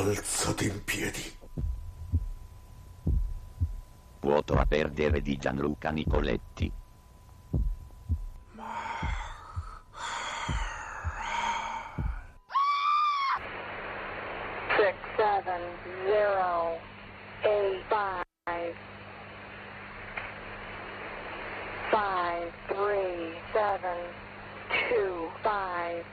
Alzati in piedi. Vuoto a perdere di Gianluca Nicoletti. 6, 7, 0, 8, 5, 5, 3, 7, 2, 5,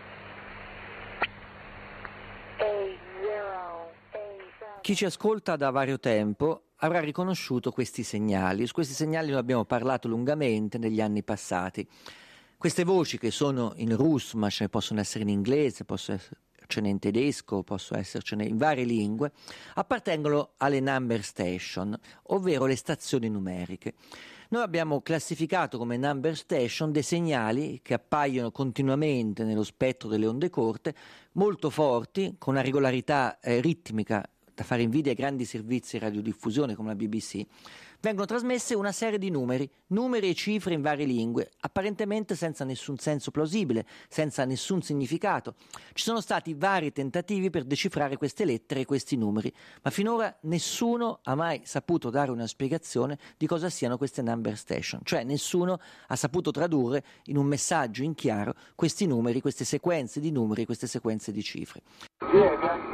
8, 0, 8, 7. Chi ci ascolta da vario tempo avrà riconosciuto questi segnali. Su questi segnali noi abbiamo parlato lungamente negli anni passati. Queste voci, che sono in russo, ma ce ne possono essere in inglese, possono essercene in tedesco, possono essercene in varie lingue, appartengono alle number station, ovvero le stazioni numeriche. Noi abbiamo classificato come number station dei segnali che appaiono continuamente nello spettro delle onde corte, molto forti, con una regolarità ritmica da fare invidia ai grandi servizi di radiodiffusione come la BBC. Vengono trasmesse una serie di numeri e cifre in varie lingue, apparentemente senza nessun senso plausibile, senza nessun significato. Ci sono stati vari tentativi per decifrare queste lettere e questi numeri, ma finora nessuno ha mai saputo dare una spiegazione di cosa siano queste number station, cioè nessuno ha saputo tradurre in un messaggio in chiaro questi numeri, queste sequenze di numeri, queste sequenze di cifre. 9,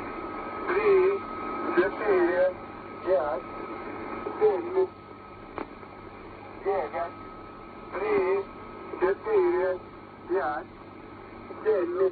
3, 4, 5, 6, 7, 3, 4, 5, 6,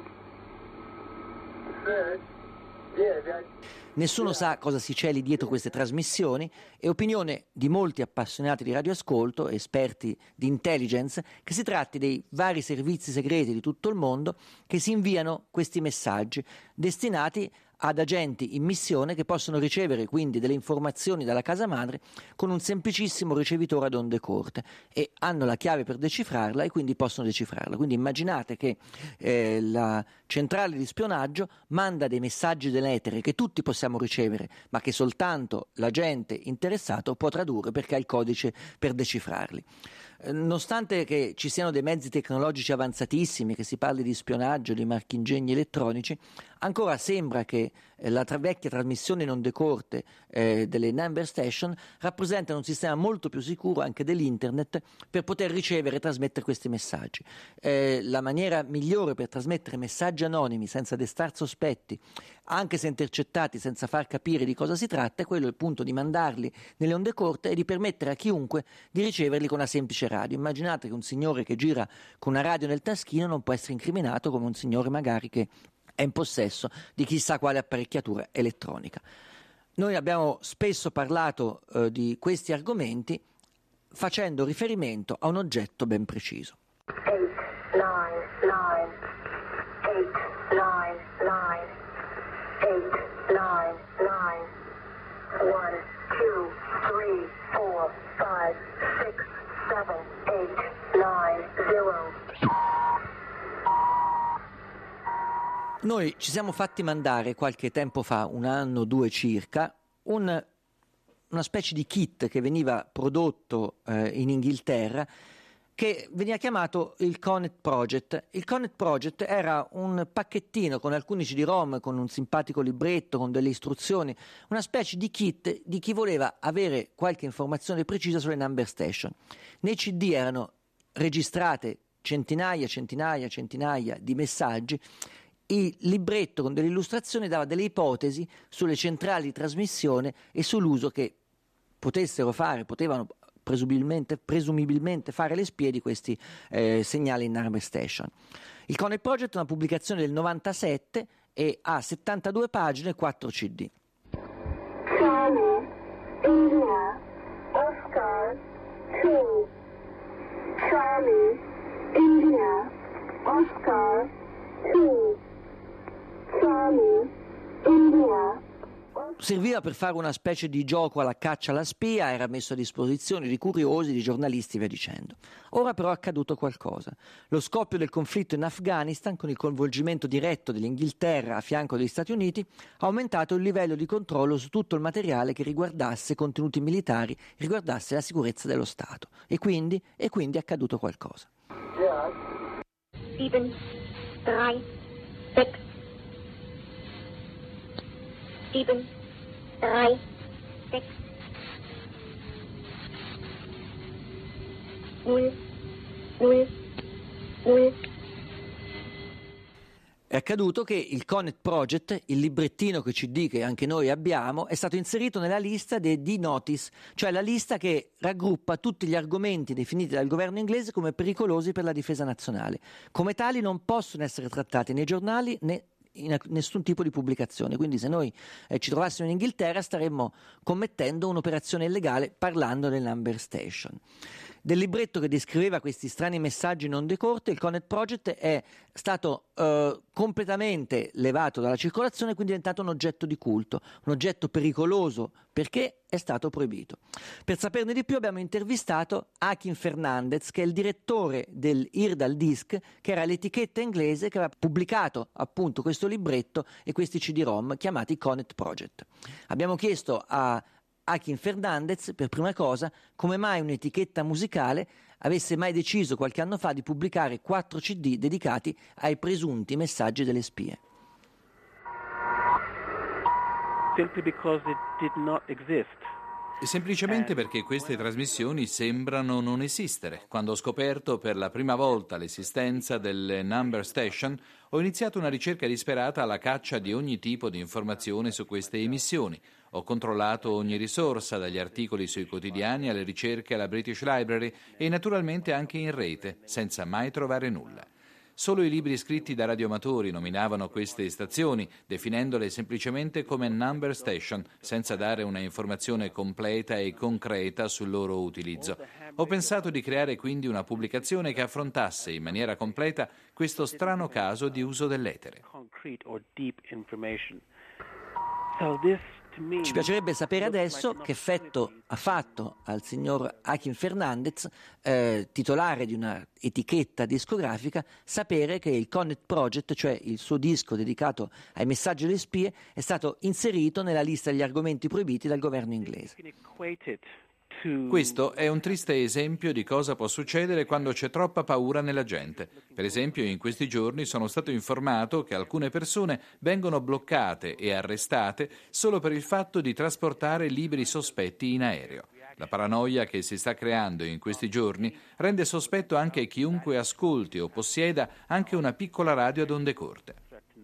7. Nessuno sa cosa si celi dietro queste trasmissioni. È opinione di molti appassionati di radioascolto, esperti di intelligence, che si tratti dei vari servizi segreti di tutto il mondo che si inviano questi messaggi destinati ad agenti in missione che possono ricevere quindi delle informazioni dalla casa madre con un semplicissimo ricevitore ad onde corte e hanno la chiave per decifrarla e quindi possono decifrarla. Quindi immaginate che la centrale di spionaggio manda dei messaggi dell'etere che tutti possiamo ricevere, ma che soltanto l'agente interessato può tradurre perché ha il codice per decifrarli. Nonostante che ci siano dei mezzi tecnologici avanzatissimi, che si parli di spionaggio, di marchingegni elettronici, ancora sembra che la vecchia trasmissione in onde corte delle number station rappresentano un sistema molto più sicuro anche dell'internet per poter ricevere e trasmettere questi messaggi. La maniera migliore per trasmettere messaggi anonimi senza destar sospetti, anche se intercettati senza far capire di cosa si tratta, è quello appunto di mandarli nelle onde corte e di permettere a chiunque di riceverli con una semplice radio. Immaginate che un signore che gira con una radio nel taschino non può essere incriminato come un signore magari che è in possesso di chissà quale apparecchiatura elettronica. Noi abbiamo spesso parlato di questi argomenti facendo riferimento a un oggetto ben preciso. 8, 9, 9, 8, 9, 9, 8, 9, 9, 1, 2, 3, 4, 5, 6, 7, 8, 9, 0. Noi ci siamo fatti mandare qualche tempo fa, un anno o due circa, una specie di kit che veniva prodotto in Inghilterra, che veniva chiamato il Conet Project. Il Conet Project era un pacchettino con alcuni CD-ROM, con un simpatico libretto, con delle istruzioni, una specie di kit di chi voleva avere qualche informazione precisa sulle number station. Nei CD erano registrate centinaia di messaggi. Il libretto con delle illustrazioni dava delle ipotesi sulle centrali di trasmissione e sull'uso che potevano presumibilmente fare le spie di questi segnali in number station. Il Conet Project è una pubblicazione del 97 e ha 72 pagine e 4 CD. Charlie, India, Oscar, 2. Charlie, India, Oscar, 2. Charlie, India. Serviva per fare una specie di gioco alla caccia alla spia, era messo a disposizione di curiosi, di giornalisti e via dicendo. Ora però è accaduto qualcosa. Lo scoppio del conflitto in Afghanistan, con il coinvolgimento diretto dell'Inghilterra a fianco degli Stati Uniti, ha aumentato il livello di controllo su tutto il materiale che riguardasse contenuti militari, riguardasse la sicurezza dello Stato. E quindi è accaduto qualcosa. 7, 3, 6, 7, 3, 6, 0, 0, 0. È accaduto che il Connect Project, il librettino che CD che anche noi abbiamo, è stato inserito nella lista dei D-Notice, cioè la lista che raggruppa tutti gli argomenti definiti dal governo inglese come pericolosi per la difesa nazionale. Come tali non possono essere trattati nei giornali né in nessun tipo di pubblicazione, quindi se noi ci trovassimo in Inghilterra staremmo commettendo un'operazione illegale parlando del number station. Del libretto che descriveva questi strani messaggi non decorti, il Connect Project è stato completamente levato dalla circolazione, quindi è diventato un oggetto di culto, un oggetto pericoloso perché è stato proibito. Per saperne di più abbiamo intervistato Akin Fernandez, che è il direttore del Irdal Disc, che era l'etichetta inglese che aveva pubblicato appunto questo libretto e questi CD-ROM chiamati Connect Project. Abbiamo chiesto a Akin Fernandez, per prima cosa, come mai un'etichetta musicale avesse mai deciso qualche anno fa di pubblicare 4 CD dedicati ai presunti messaggi delle spie. Simply because it did not exist. Semplicemente perché queste trasmissioni sembrano non esistere. Quando ho scoperto per la prima volta l'esistenza delle number station, ho iniziato una ricerca disperata alla caccia di ogni tipo di informazione su queste emissioni. Ho controllato ogni risorsa, dagli articoli sui quotidiani alle ricerche alla British Library e naturalmente anche in rete, senza mai trovare nulla. Solo i libri scritti da radioamatori nominavano queste stazioni, definendole semplicemente come number station, senza dare una informazione completa e concreta sul loro utilizzo. Ho pensato di creare quindi una pubblicazione che affrontasse in maniera completa questo strano caso di uso dell'etere. Ci piacerebbe sapere adesso che effetto ha fatto al signor Akin Fernandez, titolare di una etichetta discografica, sapere che il Connect Project, cioè il suo disco dedicato ai messaggi delle spie, è stato inserito nella lista degli argomenti proibiti dal governo inglese. Questo è un triste esempio di cosa può succedere quando c'è troppa paura nella gente. Per esempio, in questi giorni sono stato informato che alcune persone vengono bloccate e arrestate solo per il fatto di trasportare libri sospetti in aereo. La paranoia che si sta creando in questi giorni rende sospetto anche chiunque ascolti o possieda anche una piccola radio ad onde corte.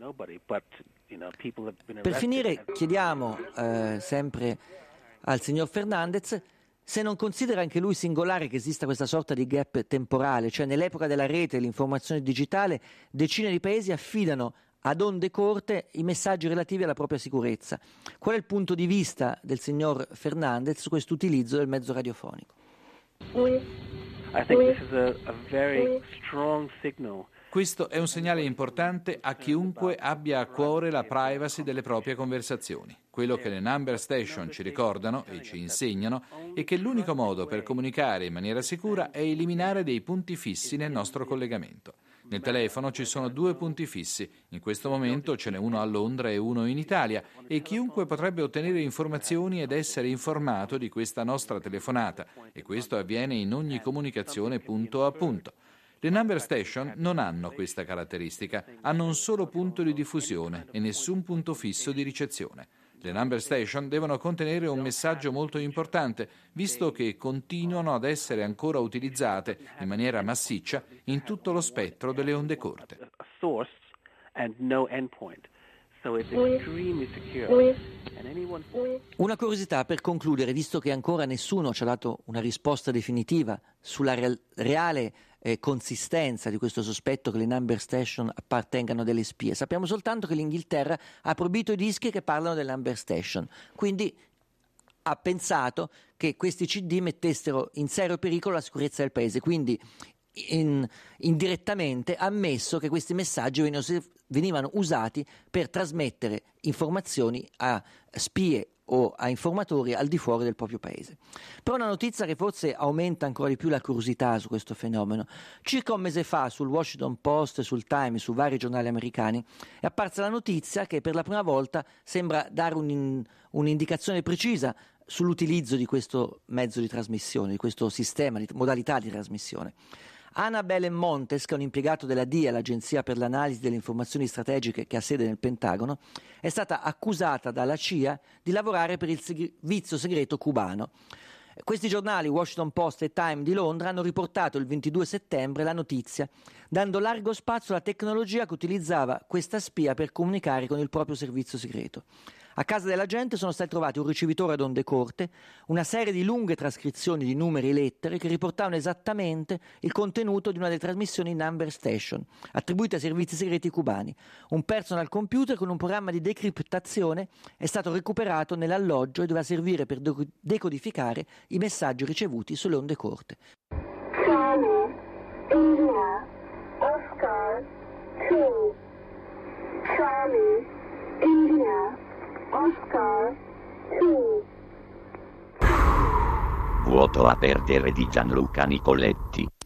Per finire, chiediamo sempre al signor Fernandez se non considera anche lui singolare che esista questa sorta di gap temporale, cioè nell'epoca della rete e l'informazione digitale decine di paesi affidano ad onde corte i messaggi relativi alla propria sicurezza. Qual è il punto di vista del signor Fernandez su questo utilizzo del mezzo radiofonico? I think this is a very strong signal. Questo è un segnale importante a chiunque abbia a cuore la privacy delle proprie conversazioni. Quello che le number station ci ricordano e ci insegnano è che l'unico modo per comunicare in maniera sicura è eliminare dei punti fissi nel nostro collegamento. Nel telefono ci sono 2 punti fissi, in questo momento ce n'è uno a Londra e uno in Italia e chiunque potrebbe ottenere informazioni ed essere informato di questa nostra telefonata e questo avviene in ogni comunicazione punto a punto. Le number station non hanno questa caratteristica, hanno un solo punto di diffusione e nessun punto fisso di ricezione. Le number station devono contenere un messaggio molto importante, visto che continuano ad essere ancora utilizzate in maniera massiccia in tutto lo spettro delle onde corte. Una curiosità per concludere, visto che ancora nessuno ci ha dato una risposta definitiva sulla reale consistenza di questo sospetto che le number station appartengano delle spie. Sappiamo soltanto che l'Inghilterra ha proibito i dischi che parlano delle number station, quindi ha pensato che questi CD mettessero in serio pericolo la sicurezza del paese, quindi indirettamente ha ammesso che questi messaggi venivano usati per trasmettere informazioni a spie o a informatori al di fuori del proprio paese. Però una notizia che forse aumenta ancora di più la curiosità su questo fenomeno. Circa un mese fa sul Washington Post, sul Times, su vari giornali americani è apparsa la notizia che per la prima volta sembra dare un'indicazione precisa sull'utilizzo di questo mezzo di trasmissione, di questo sistema di modalità di trasmissione. Annabelle Montes, che è un impiegato della DIA, l'Agenzia per l'Analisi delle Informazioni Strategiche che ha sede nel Pentagono, è stata accusata dalla CIA di lavorare per il servizio segreto cubano. Questi giornali, Washington Post e Time di Londra, hanno riportato il 22 settembre la notizia, dando largo spazio alla tecnologia che utilizzava questa spia per comunicare con il proprio servizio segreto. A casa dell'agente sono stati trovati un ricevitore ad onde corte, una serie di lunghe trascrizioni di numeri e lettere che riportavano esattamente il contenuto di una delle trasmissioni Number Station, attribuite ai servizi segreti cubani. Un personal computer con un programma di decriptazione è stato recuperato nell'alloggio e doveva servire per decodificare i messaggi ricevuti sulle onde corte. Charlie, India, Oscar 2. Charlie, India, Oscar 2. Vuoto a perdere di Gianluca Nicoletti.